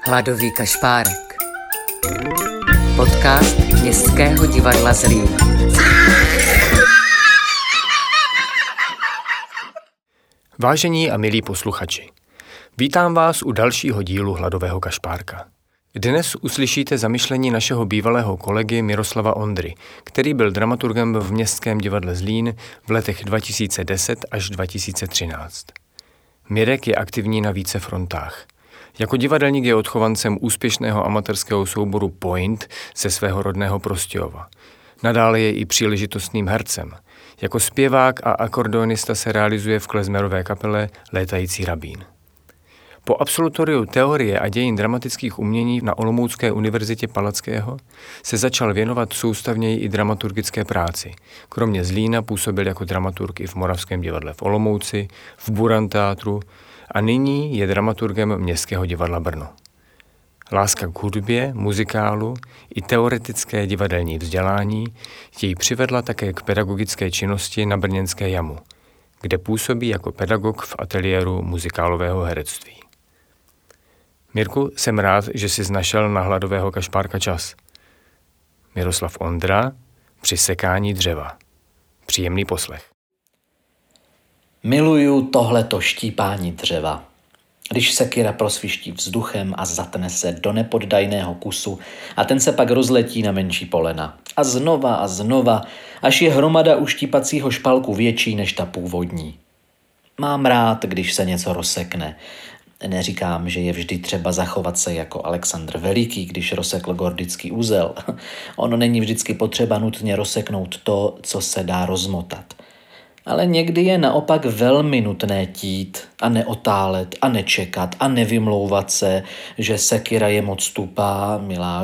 Hladový kašpárek. Podcast Městského divadla Zlín. Vážení a milí posluchači, vítám vás u dalšího dílu Hladového kašpárka. Dnes uslyšíte zamyšlení našeho bývalého kolegy Miroslava Ondry, který byl dramaturgem v Městském divadle Zlín v letech 2010 až 2013. Mirek je aktivní na více frontách. Jako divadelník je odchovancem úspěšného amatérského souboru Point ze svého rodného Prostějova. Nadále je i příležitostným hercem. Jako zpěvák a akordeonista se realizuje v klezmerové kapele Létající rabín. Po absolutoriu teorie a dějin dramatických umění na Olomoucké univerzitě Palackého se začal věnovat soustavněji i dramaturgické práci. Kromě Zlína působil jako dramaturg i v Moravském divadle v Olomouci, v Buran-teátru a nyní je dramaturgem Městského divadla Brno. Láska k hudbě, muzikálu i teoretické divadelní vzdělání jej přivedla také k pedagogické činnosti na brněnské Jamu, kde působí jako pedagog v ateliéru muzikálového herectví. Mirku, jsem rád, že jsi našel na Hladového kašpárka čas. Miroslav Ondra při sekání dřeva. Příjemný poslech. Miluju tohleto štípání dřeva. Když sekira prosviští vzduchem a zatne se do nepoddajného kusu a ten se pak rozletí na menší polena. A znova, až je hromada uštípacího špalku větší než ta původní. Mám rád, když se něco rozsekne. Neříkám, že je vždy třeba zachovat se jako Alexandr Veliký, když rozsekl gordický úzel. Ono není vždycky potřeba nutně rozseknout to, co se dá rozmotat. Ale někdy je naopak velmi nutné tít a neotálet a nečekat a nevymlouvat se, že sekira je moc tupá, milá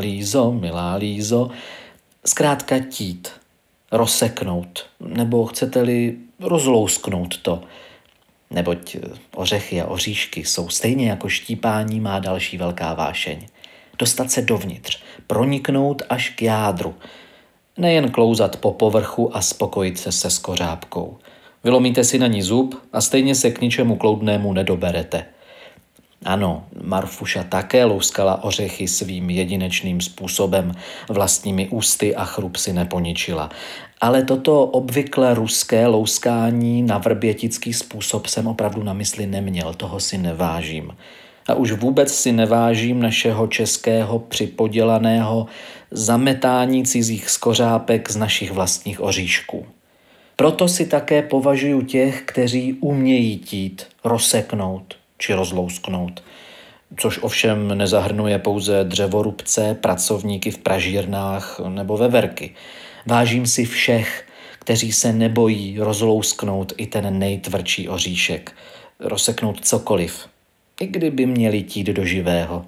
Lízo. Zkrátka tít, rozseknout, nebo chcete-li rozlousknout to. Neboť ořechy a oříšky jsou stejně jako štípání má další velká vášeň. Dostat se dovnitř, proniknout až k jádru. Nejen klouzat po povrchu a spokojit se skořápkou. Vylomíte si na ní zub a stejně se k ničemu kloudnému nedoberete. Ano, Marfuša také louskala ořechy svým jedinečným způsobem, vlastními ústy a chrup si neponičila. Ale toto obvykle ruské louskání na vrbětický způsob jsem opravdu na mysli neměl, toho si nevážím. A už vůbec si nevážím našeho českého připodělaného zametání cizích skořápek z našich vlastních oříšků. Proto si také považuji těch, kteří umějí tít, rozseknout či rozlousknout. Což ovšem nezahrnuje pouze dřevorubce, pracovníky v pražírnách nebo veverky. Vážím si všech, kteří se nebojí rozlousknout i ten nejtvrdší oříšek, rozseknout cokoliv, i kdyby měli tít do živého.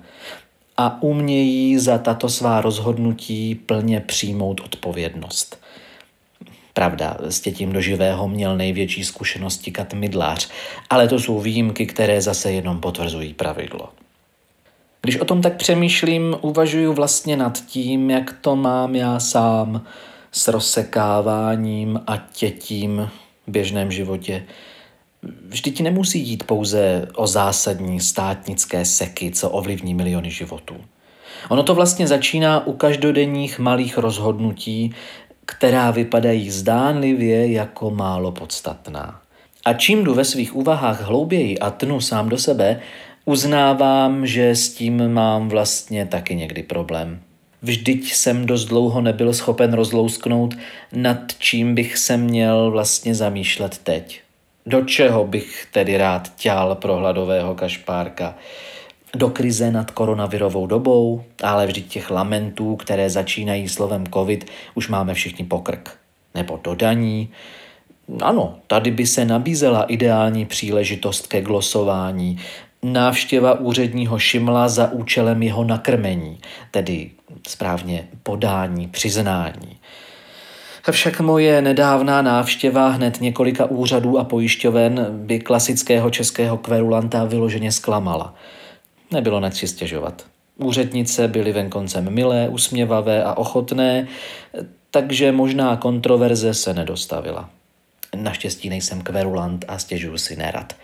A umějí za tato svá rozhodnutí plně přijmout odpovědnost. Pravda, s tětím do živého měl největší zkušenosti Kat Mydlář, ale to jsou výjimky, které zase jenom potvrzují pravidlo. Když o tom tak přemýšlím, uvažuji vlastně nad tím, jak to mám já sám s rozsekáváním a tětím v běžném životě. Vždyť nemusí jít pouze o zásadní státnické seky, co ovlivní miliony životů. Ono to vlastně začíná u každodenních malých rozhodnutí, která vypadají zdánlivě jako málo podstatná. A čím jdu ve svých úvahách hlouběji a tnu sám do sebe, uznávám, že s tím mám vlastně taky někdy problém. Vždyť jsem dost dlouho nebyl schopen rozlousknout, nad čím bych se měl vlastně zamýšlet teď. Do čeho bych tedy rád ťal pro Hladového kašpárka? Do krize nad koronavirovou dobou, ale vždyť těch lamentů, které začínají slovem covid, už máme všichni pokrk. Nebo do daní. Ano, tady by se nabízela ideální příležitost ke glosování. Návštěva úředního šimla za účelem jeho nakrmení, tedy správně podání, přiznání. Avšak moje nedávná návštěva hned několika úřadů a pojišťoven by klasického českého kverulanta vyloženě zklamala. Nebylo na co stěžovat. Úřednice byly venkoncem milé, usměvavé a ochotné, takže možná kontroverze se nedostavila. Naštěstí nejsem kverulant a stěžuju si nerad.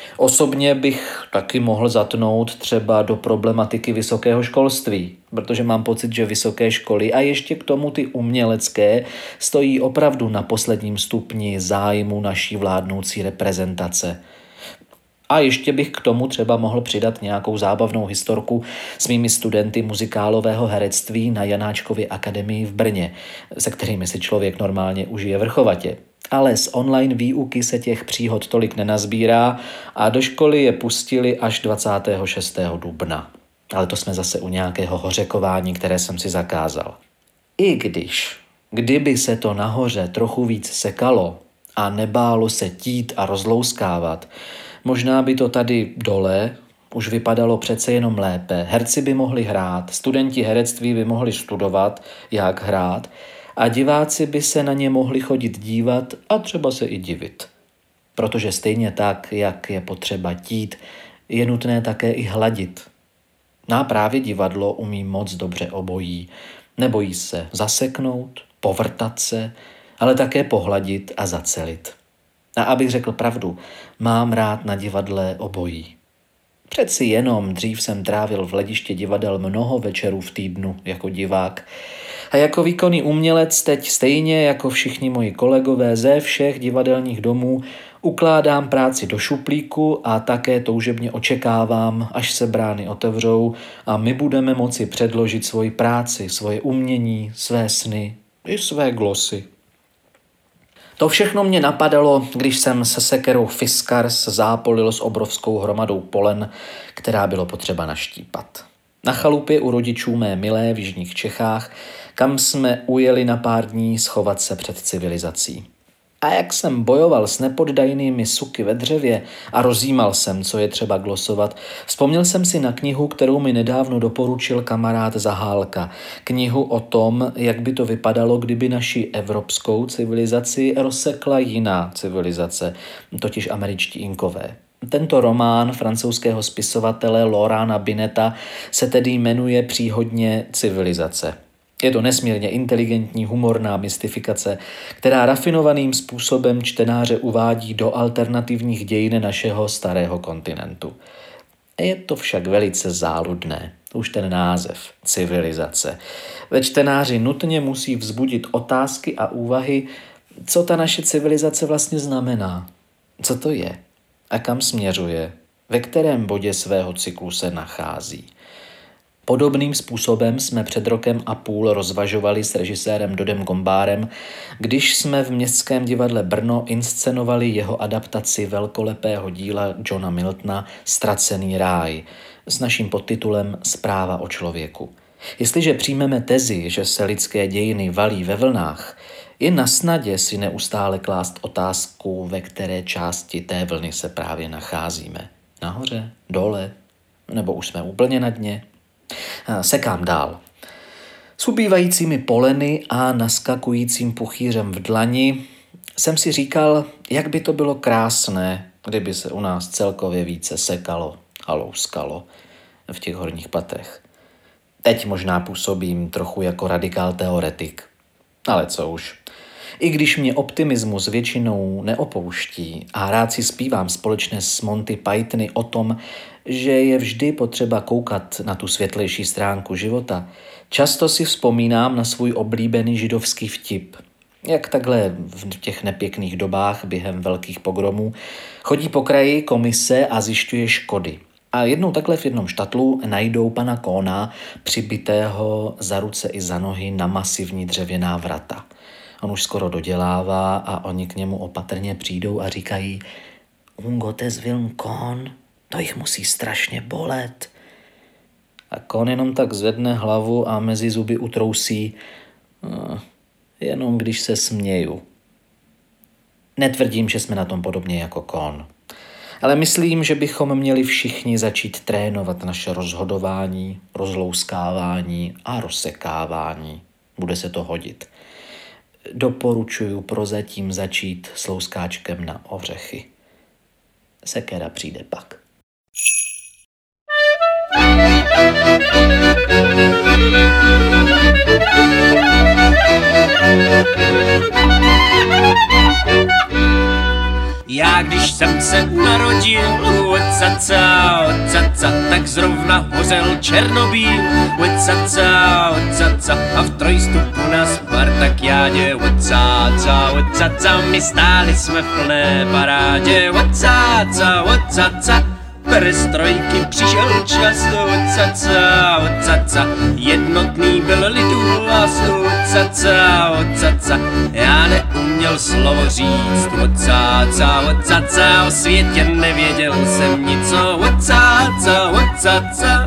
Osobně bych taky mohl zatnout třeba do problematiky vysokého školství, protože mám pocit, že vysoké školy a ještě k tomu ty umělecké stojí opravdu na posledním stupni zájmu naší vládnoucí reprezentace. A ještě bych k tomu třeba mohl přidat nějakou zábavnou historku s mými studenty muzikálového herectví na Janáčkově akademii v Brně, se kterými si člověk normálně užije vrchovatě. Ale z online výuky se těch příhod tolik nenazbírá a do školy je pustili až 26. dubna. Ale to jsme zase u nějakého hořekování, které jsem si zakázal. Kdyby se to nahoře trochu víc sekalo a nebálo se tít a rozlouskávat, možná by to tady dole už vypadalo přece jenom lépe. Herci by mohli hrát, studenti herectví by mohli studovat, jak hrát, a diváci by se na ně mohli chodit dívat a třeba se i divit. Protože stejně tak, jak je potřeba tít, je nutné také i hladit. A právě divadlo umí moc dobře obojí. Nebojí se zaseknout, povrtat se, ale také pohladit a zacelit. A abych řekl pravdu, mám rád na divadle obojí. Přeci jenom dřív jsem trávil v hledišti divadel mnoho večerů v týdnu jako divák. A jako výkonný umělec teď stejně jako všichni moji kolegové ze všech divadelních domů ukládám práci do šuplíku a také toužebně očekávám, až se brány otevřou a my budeme moci předložit svoji práci, svoje umění, své sny i své glosy. To všechno mě napadalo, když jsem se sekerou Fiskars zápolil s obrovskou hromadou polen, která bylo potřeba naštípat. Na chalupě u rodičů mé milé v jižních Čechách, kam jsme ujeli na pár dní schovat se před civilizací. A jak jsem bojoval s nepoddajnými suky ve dřevě a rozjímal jsem, co je třeba glosovat, vzpomněl jsem si na knihu, kterou mi nedávno doporučil kamarád Zahálka. Knihu o tom, jak by to vypadalo, kdyby naši evropskou civilizaci rozsekla jiná civilizace, totiž američtí Inkové. Tento román francouzského spisovatele Laurenta Bineta se tedy jmenuje příhodně Civilizace. Je to nesmírně inteligentní, humorná mystifikace, která rafinovaným způsobem čtenáře uvádí do alternativních dějin našeho starého kontinentu. Je to však velice záludné, už ten název, Civilizace. Ve čtenáři nutně musí vzbudit otázky a úvahy, co ta naše civilizace vlastně znamená, co to je a kam směřuje, ve kterém bodě svého cyklu se nachází. Podobným způsobem jsme před rokem a půl rozvažovali s režisérem Dodem Gombárem, když jsme v Městském divadle Brno inscenovali jeho adaptaci velkolepého díla Johna Miltona Ztracený ráj s naším podtitulem Zpráva o člověku. Jestliže přijmeme tezi, že se lidské dějiny valí ve vlnách, je na snadě si neustále klást otázku, ve které části té vlny se právě nacházíme. Nahoře, dole, nebo už jsme úplně na dně? Sekám dál. S ubývajícími poleny a naskakujícím puchýřem v dlani jsem si říkal, jak by to bylo krásné, kdyby se u nás celkově více sekalo a louskalo v těch horních patrech. Teď možná působím trochu jako radikál teoretik, ale co už. I když mě optimismus většinou neopouští a rád si zpívám společně s Monty Pythony o tom, že je vždy potřeba koukat na tu světlejší stránku života, často si vzpomínám na svůj oblíbený židovský vtip. Jak takhle v těch nepěkných dobách během velkých pogromů chodí po kraji komise a zjišťuje škody. A jednou takhle v jednom štatlu najdou pana Kóna přibitého za ruce i za nohy na masivní dřevěná vrata. On už skoro dodělává a oni k němu opatrně přijdou a říkají: Gottes Willen, Kohn, to jich musí strašně bolet. A Kohn jenom tak zvedne hlavu a mezi zuby utrousí: jenom když se směju. Netvrdím, že jsme na tom podobně jako Kohn. Ale myslím, že bychom měli všichni začít trénovat naše rozhodování, rozlouskávání a rozsekávání. Bude se to hodit. Doporučuju prozatím začít s louskáčkem na ořechy. Sekera přijde pak. Já když jsem se narodil, caca, tak zrovna hořel Černobíl, caca, a v trojstupu na Spartakiádě, caca, my stáli jsme v plné parádě, caca, perestrojky přišel čas, caca, jednotný byl lidu hlas, caca, já neuměl slovo říct, caca, o světě nevěděl jsem nic, caca.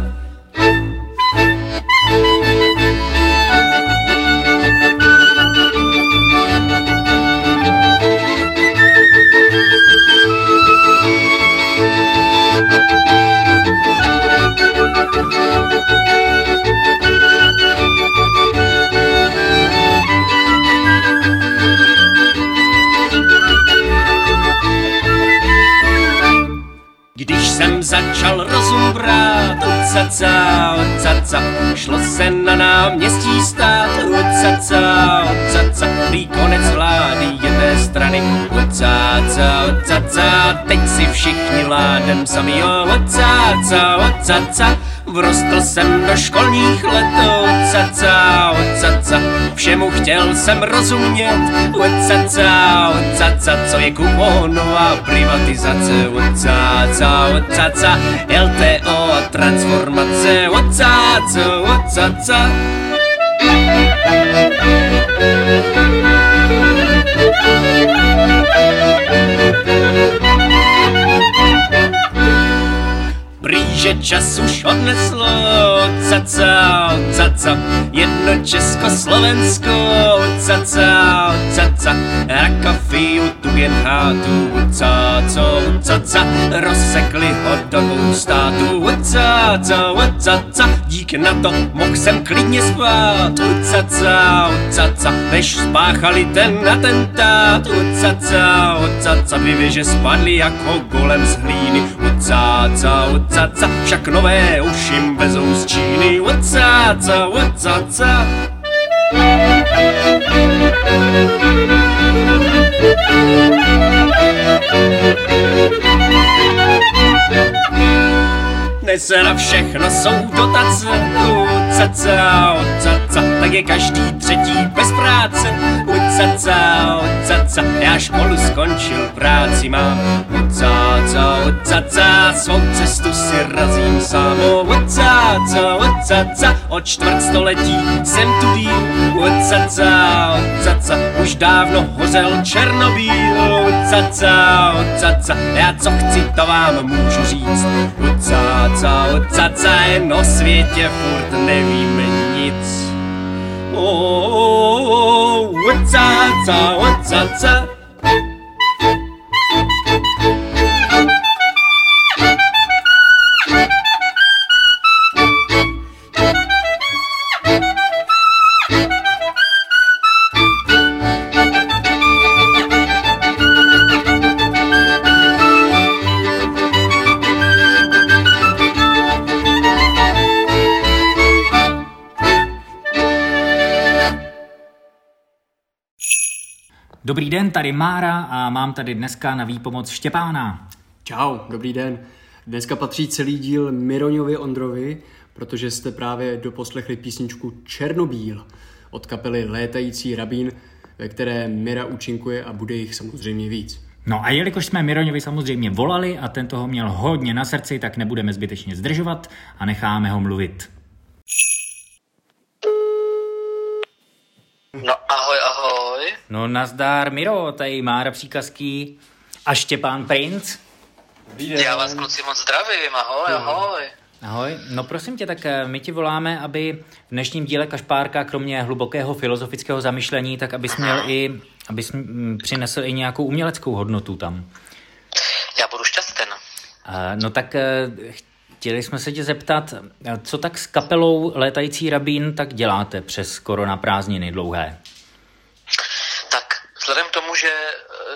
Když jsem začal rozum brát, caca, šlo se na náměstí stát, caca, prý konec vlády jedné strany, caca, teď si všichni vládem sami, caca, vrostl jsem do školních let, caca, všemu chtěl jsem rozumět, caca, co je kuponová privatizace, caca, LTO a transformace, caca. Prýže čas už odneslo, caca, jedno Československo, caca, Rakafiu, Tugendhátu, caca, rozsekli ho do dvou států, caca, díky na to mohl jsem klidně spát, caca, než spáchali ten atentát, caca, dvě věže spadly jako golem z hlíny, caca, však nové už jim vezou z Číny, caca. Dnes na všechno jsou dotace, caca, tak je každý třetí bez práce, caca, já školu skončil, práci mám, caca, svou cestu si razím sám, caca, od čtvrtstoletí jsem tu díl, caca, už dávno hořel Černobíl, caca, já co chci, to vám můžu říct, caca, jen o světě furt nevíme nic. Caca. Dobrý den, tady Mára a mám tady dneska na výpomoc Štěpána. Čau, dobrý den. Dneska patří celý díl Miroňovi Ondrovi, protože jste právě doposlechli písničku Černobíl od kapely Létající rabín, ve které Mira účinkuje a bude jich samozřejmě víc. No a jelikož jsme Miroňovi samozřejmě volali a ten toho měl hodně na srdci, tak nebudeme zbytečně zdržovat a necháme ho mluvit. No ahoj. No nazdár Miro, tady Mára Příkazký a Štěpán Princ. Já vás kluci moc zdravím, ahoj. Ahoj, no prosím tě, tak my ti voláme, aby v dnešním díle Kašpárka kromě hlubokého filozofického zamyšlení, tak abys přinesl i nějakou uměleckou hodnotu tam. Já budu šťasten. No tak chtěli jsme se tě zeptat, co tak s kapelou Létající rabín tak děláte přes koronaprázdniny dlouhé? Tak vzhledem k tomu, že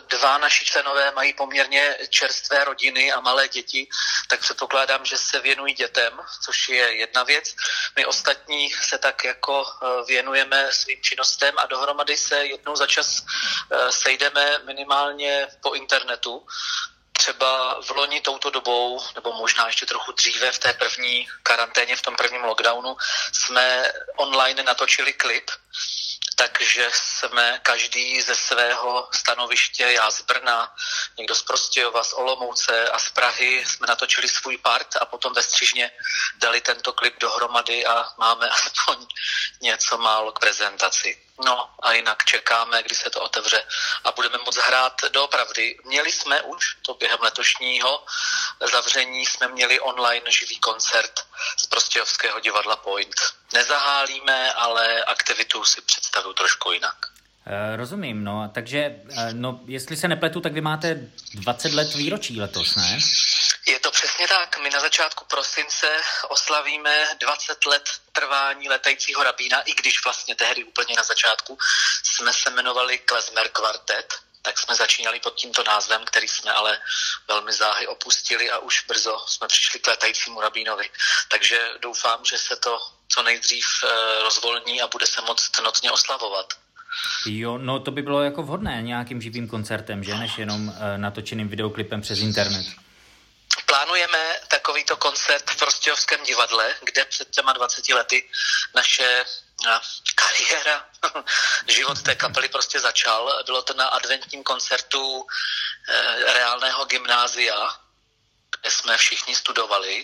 dva naši členové mají poměrně čerstvé rodiny a malé děti, tak předpokládám, že se věnují dětem, což je jedna věc. My ostatní se tak jako věnujeme svým činnostem a dohromady se jednou za čas sejdeme minimálně po internetu. Třeba v loni touto dobou, nebo možná ještě trochu dříve v té první karanténě, v tom prvním lockdownu, jsme online natočili klip, takže jsme každý ze svého stanoviště, já z Brna, někdo z Prostějova, z Olomouce a z Prahy, jsme natočili svůj part a potom ve střižně dali tento klip dohromady a máme aspoň něco málo k prezentaci. No a jinak čekáme, kdy se to otevře a budeme moct hrát doopravdy. Měli jsme už, to během letošního zavření, jsme měli online živý koncert z Prostějovského divadla Point. Nezahálíme, ale aktivitu si představuju trošku jinak. Rozumím, no, takže, no, jestli se nepletu, tak vy máte 20 let výročí letos, ne? Je to přesně tak. My na začátku prosince oslavíme 20 let trvání Létajícího rabína, i když vlastně tehdy úplně na začátku jsme se jmenovali Klezmer kvartet, tak jsme začínali pod tímto názvem, který jsme ale velmi záhy opustili a už brzo jsme přišli k Létajícímu rabínovi. Takže doufám, že se to co nejdřív rozvolní a bude se moct nocně oslavovat. Jo, no to by bylo jako vhodné nějakým živým koncertem, že? Než jenom natočeným videoklipem přes internet. Plánujeme takovýto koncert v Prostějovském divadle, kde před těma 20 lety naše kariéra, život té kapely prostě začal. Bylo to na adventním koncertu reálného gymnázia, kde jsme všichni studovali.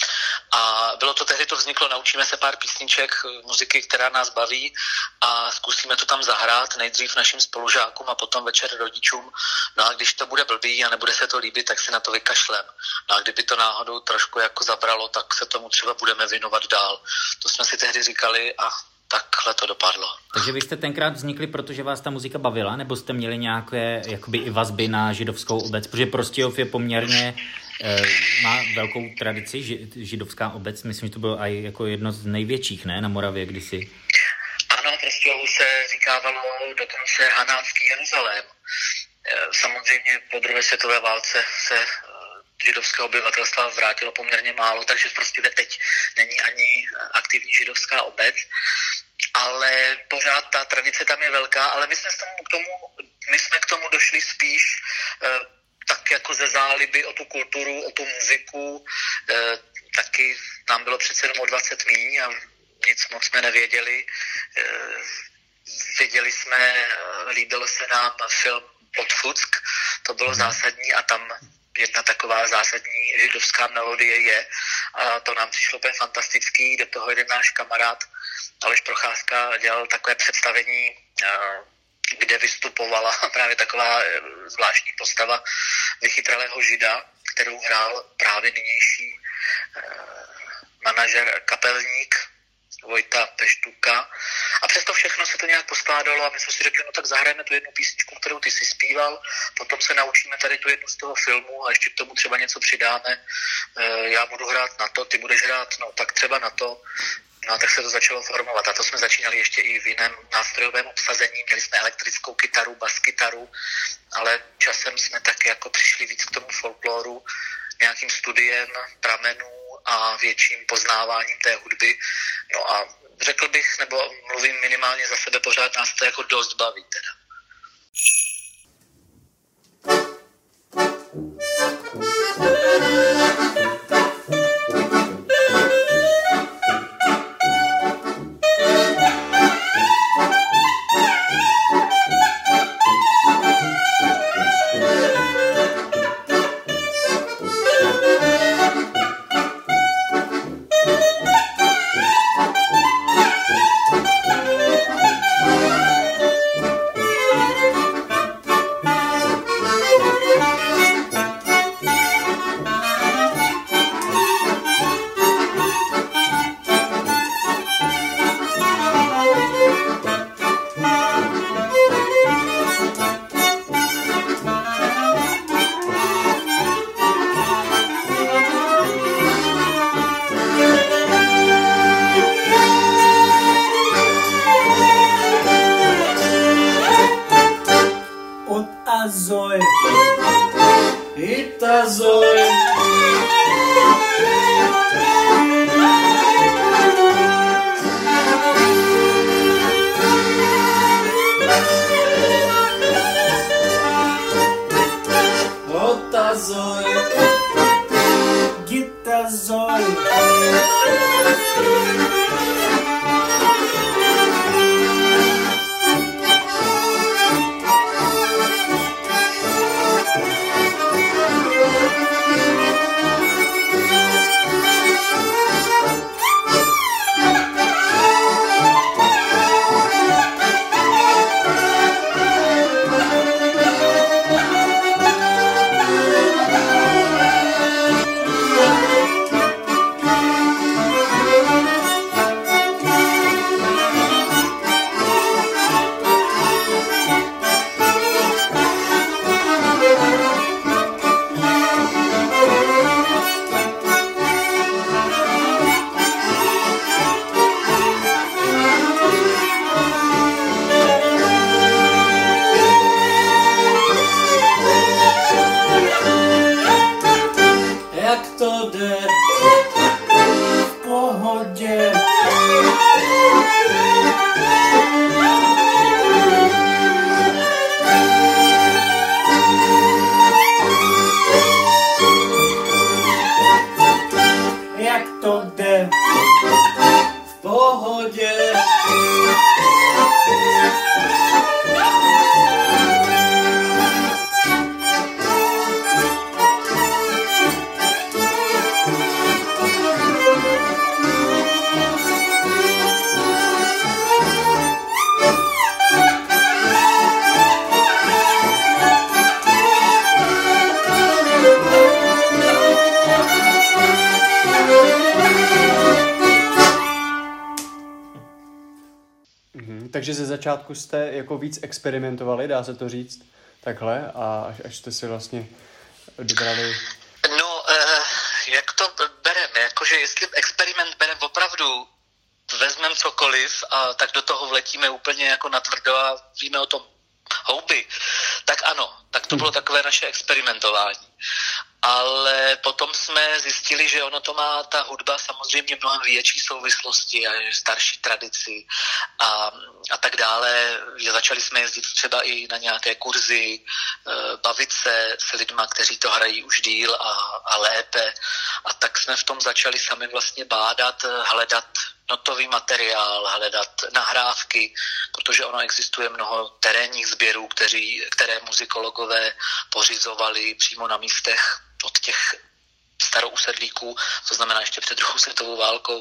A bylo to tehdy, to vzniklo, naučíme se pár písniček, muziky, která nás baví a zkusíme to tam zahrát nejdřív našim spolužákům a potom večer rodičům. No a když to bude blbý a nebude se to líbit, tak si na to vykašlem. No a kdyby to náhodou trošku jako zabralo, tak se tomu třeba budeme věnovat dál. To jsme si tehdy říkali a takhle to dopadlo. Takže vy jste tenkrát vznikli, protože vás ta muzika bavila, nebo jste měli nějaké jakoby i vazby na židovskou obec? Protože Prostějov je poměrně má velkou tradici, židovská obec, myslím, že to bylo i jako jedno z největších, ne, na Moravě kdysi. Ano, Prostějovu se říkávalo dokonce Hanácký Jeruzalém. Samozřejmě po druhé světové válce se židovského obyvatelstva vrátilo poměrně málo, takže prostě teď není ani aktivní židovská obec, ale pořád ta tradice tam je velká, ale my jsme k tomu došli spíš tak jako ze záliby o tu kulturu, o tu muziku, taky nám bylo přece jenom o 20 míň a nic moc jsme nevěděli. Věděli jsme, líbil se nám film Podfuck, to bylo zásadní a tam jedna taková zásadní židovská melodie je a to nám přišlo úplně fantastický. Do toho jeden náš kamarád Aleš Procházka dělal takové představení, kde vystupovala právě taková zvláštní postava vychytralého žida, kterou hrál právě nynější manažer kapelník Vojta Peštuka. A přesto všechno se to nějak poskládalo a my jsme si řekli, no tak zahrajeme tu jednu písničku, kterou ty si zpíval, potom se naučíme tady tu jednu z toho filmu a ještě k tomu třeba něco přidáme. Já budu hrát na to, ty budeš hrát, no tak třeba na to. No a tak se to začalo formovat a to jsme začínali ještě i v jiném nástrojovém obsazení. Měli jsme elektrickou kytaru, baskytaru, ale časem jsme tak jako přišli víc k tomu folkloru, nějakým studiem pramenů a větším poznáváním té hudby. No a řekl bych, nebo mluvím minimálně za sebe, pořád nás to jako dost baví teda. Otazuj. Otazuj. Gitazuj. Jak to jde v pohodě. Jak to jde v pohodě. Takže ze začátku jste jako víc experimentovali, dá se to říct, takhle, a až jste si vlastně dobrali... No, jak to bereme? Jakože jestli experiment bereme opravdu, vezmeme cokoliv a tak do toho vletíme úplně jako natvrdo a víme o tom houby, tak ano, tak to bylo takové naše experimentování. Ale potom jsme zjistili, že ono to má ta hudba samozřejmě mnohem větší souvislosti a starší tradici a tak dále. Začali jsme jezdit třeba i na nějaké kurzy, bavit se s lidma, kteří to hrají už díl a lépe. A tak jsme v tom začali sami vlastně bádat, hledat notový materiál, hledat nahrávky, protože ono existuje mnoho terénních sběrů, které muzikologové pořizovali přímo na místech od těch starousedlíků, to znamená ještě před druhou světovou válkou,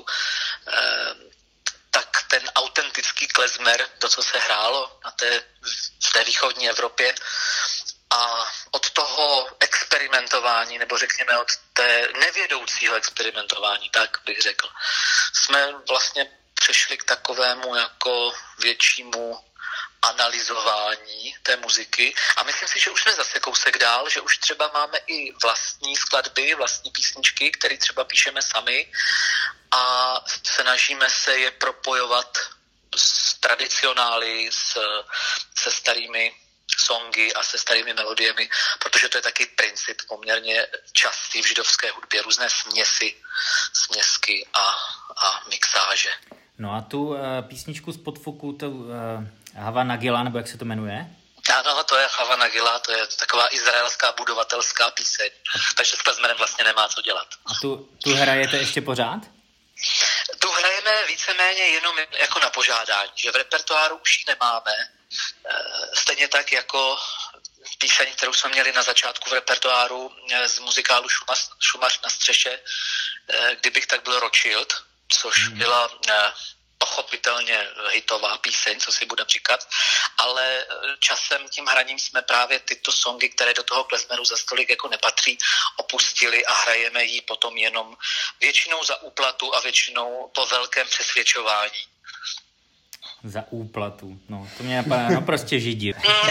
tak ten autentický klezmer, to, co se hrálo v té východní Evropě, a od toho experimentování, nebo řekněme od té nevědoucího experimentování, tak bych řekl, jsme vlastně přešli k takovému jako většímu analyzování té muziky a myslím si, že už jsme zase kousek dál, že už třeba máme i vlastní skladby, vlastní písničky, které třeba píšeme sami a snažíme se je propojovat s tradicionály, se starými songy a se starými melodiemi, protože to je taky princip poměrně častý v židovské hudbě, různé směsky a mixáže. No a tu písničku z Podfuku, to Hava Nagila, nebo jak se to jmenuje? Ano, to je Hava Nagila, to je taková izraelská budovatelská píseň, takže s klezmerem vlastně nemá co dělat. A tu hrajete ještě pořád? Tu hrajeme víceméně jenom jako na požádání, že v repertoáru už ji nemáme, stejně tak jako píseň, kterou jsme měli na začátku v repertoáru z muzikálu Šumař na střeše, Kdybych tak byl Rothschild, což byla pochopitelně hitová píseň, co si budeme říkat, ale časem tím hraním jsme právě tyto songy, které do toho klezmeru za stolik jako nepatří, opustili a hrajeme ji potom jenom většinou za úplatu a většinou po velkém přesvědčování. Za úplatu, no to mě napadá, prostě židi.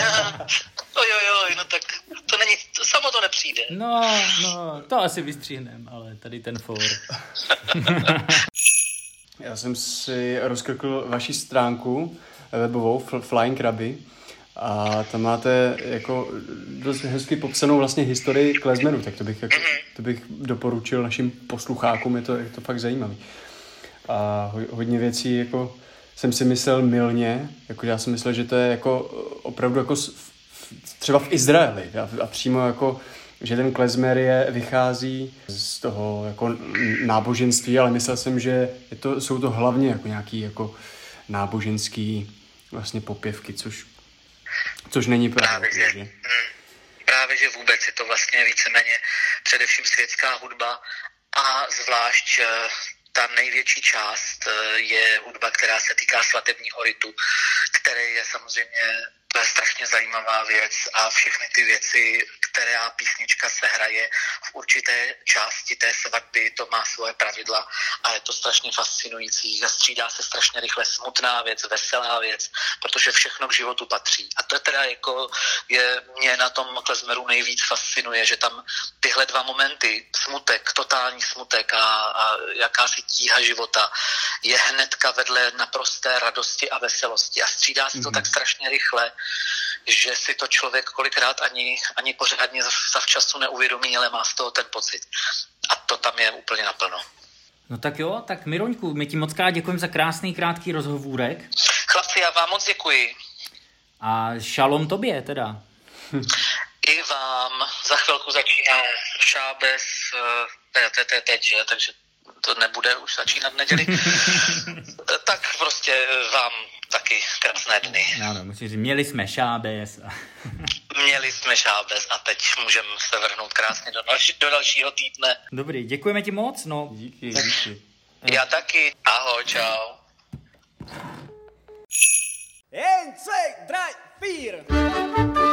No tak to není, samo to nepřijde. No, to asi vystříhnem, ale tady ten for. Já jsem si rozkrkl vaši stránku webovou Flying Krabi A tam máte jako dost hezky popsanou vlastně historii klezmeru, tak to bych doporučil našim posluchákům, je to fakt zajímavý. A hodně věcí jako jsem si myslel mylně, jako já jsem myslel, že to je jako opravdu jako třeba v Izraeli a přímo jako, že ten klezmer vychází z toho jako náboženství, ale myslel jsem, že jsou to hlavně jako nějaký jako náboženský vlastně popěvky, což není pravda. Právě, že vůbec je to vlastně víceméně především světská hudba a zvlášť ta největší část je hudba, která se týká svatebního ritu, který je samozřejmě strašně zajímavá věc a všechny ty věci, která písnička se hraje v určité části té svatby, to má svoje pravidla a je to strašně fascinující. Střídá se strašně rychle smutná věc, veselá věc, protože všechno k životu patří. A to je teda jako mě na tom klezmeru nejvíc fascinuje, že tam tyhle dva momenty, smutek, totální smutek a jakási tíha života je hnedka vedle naprosté radosti a veselosti a střídá se to tak strašně rychle, že si to člověk kolikrát ani pořádně zavčasu neuvědomí, ale má z toho ten pocit. A to tam je úplně naplno. No tak jo, tak Miroňku, my ti moc krát děkujeme za krásný, krátký rozhovůrek. Chlapci, já vám moc děkuji. A šalom tobě teda. I vám. Za chvilku začíná šábes, teď, že? Takže to nebude už začínat v neděli. Tak prostě vám taky krásné dny. Ano, musím říct, měli jsme šábes. Měli jsme šábes a teď můžeme se vrhnout krásně do dalšího týdne. Dobrý, děkujeme ti moc. No. Díky. Já taky. Ahoj, čau. 1, 2, 3, 4.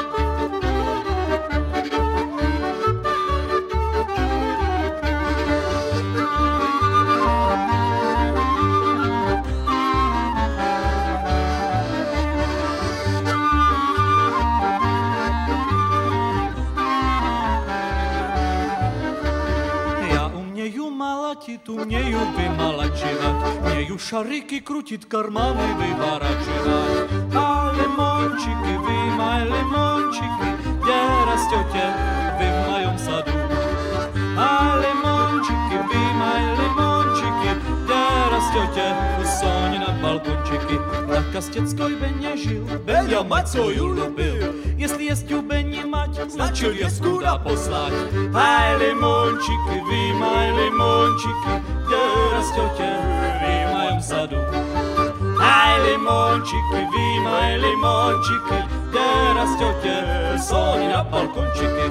Umieju vymalačinat, umieju šariky krutit, karmany vyvaračinat. A limončiky, vy maj limončiky, kde rastete vy v mojom sadu. A limončiky, vy maj limončiky, kde rastete u Soni na balkončiky. Na kastěckoj Beně žil, Beňa mať svoju lubil. Jestli jestňu Beni mať, značil je skuda poslať. Aj limončiky, vy maj limončiky, kde rastete vy v mojom sadu. Aj limončiky, vy maj limončiky, kde rastete u Soni na balkončiky.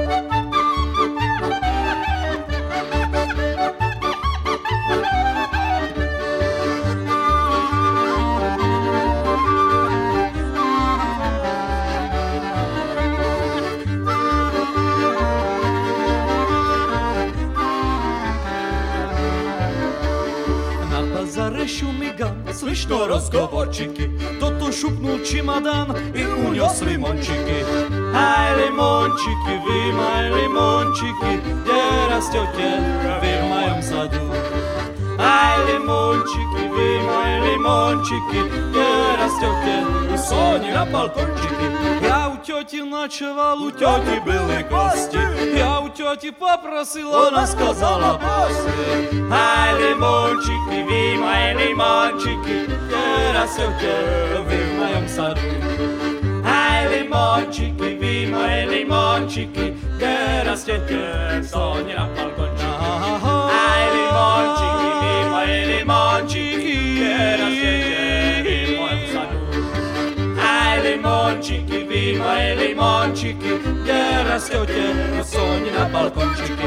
Šumigán, slyšno rozgovorčiky, toto šupnul čemadán i unios limončiky. Aj limončiky, vy maj limončiky, kde rastete vy v mojom sadu. Aj limončiky, vy maj limončiky, kde rastete u Soni na balkončiky. Ja u teti načeval, u teti byly kosti, ja u teti poprosila, ona skazala posy. Aj limončiky, vy maj limončiky, kde rastete vy v mojom sadu. Aj limončiky, vy maj limončiky, kde rastete Soni na balkončiky. Aj limončiky, vy maj limončiky, kde rastete vy v mojom sadu. Aj limončiky, vy maj limončiky, kde rastete Soni na balkončiky.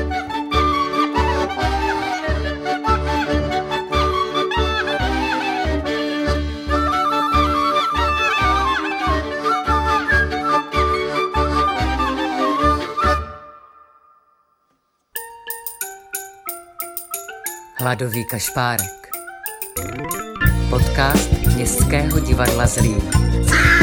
Hladový kašpárek. Podcast Městského divadla Zlín.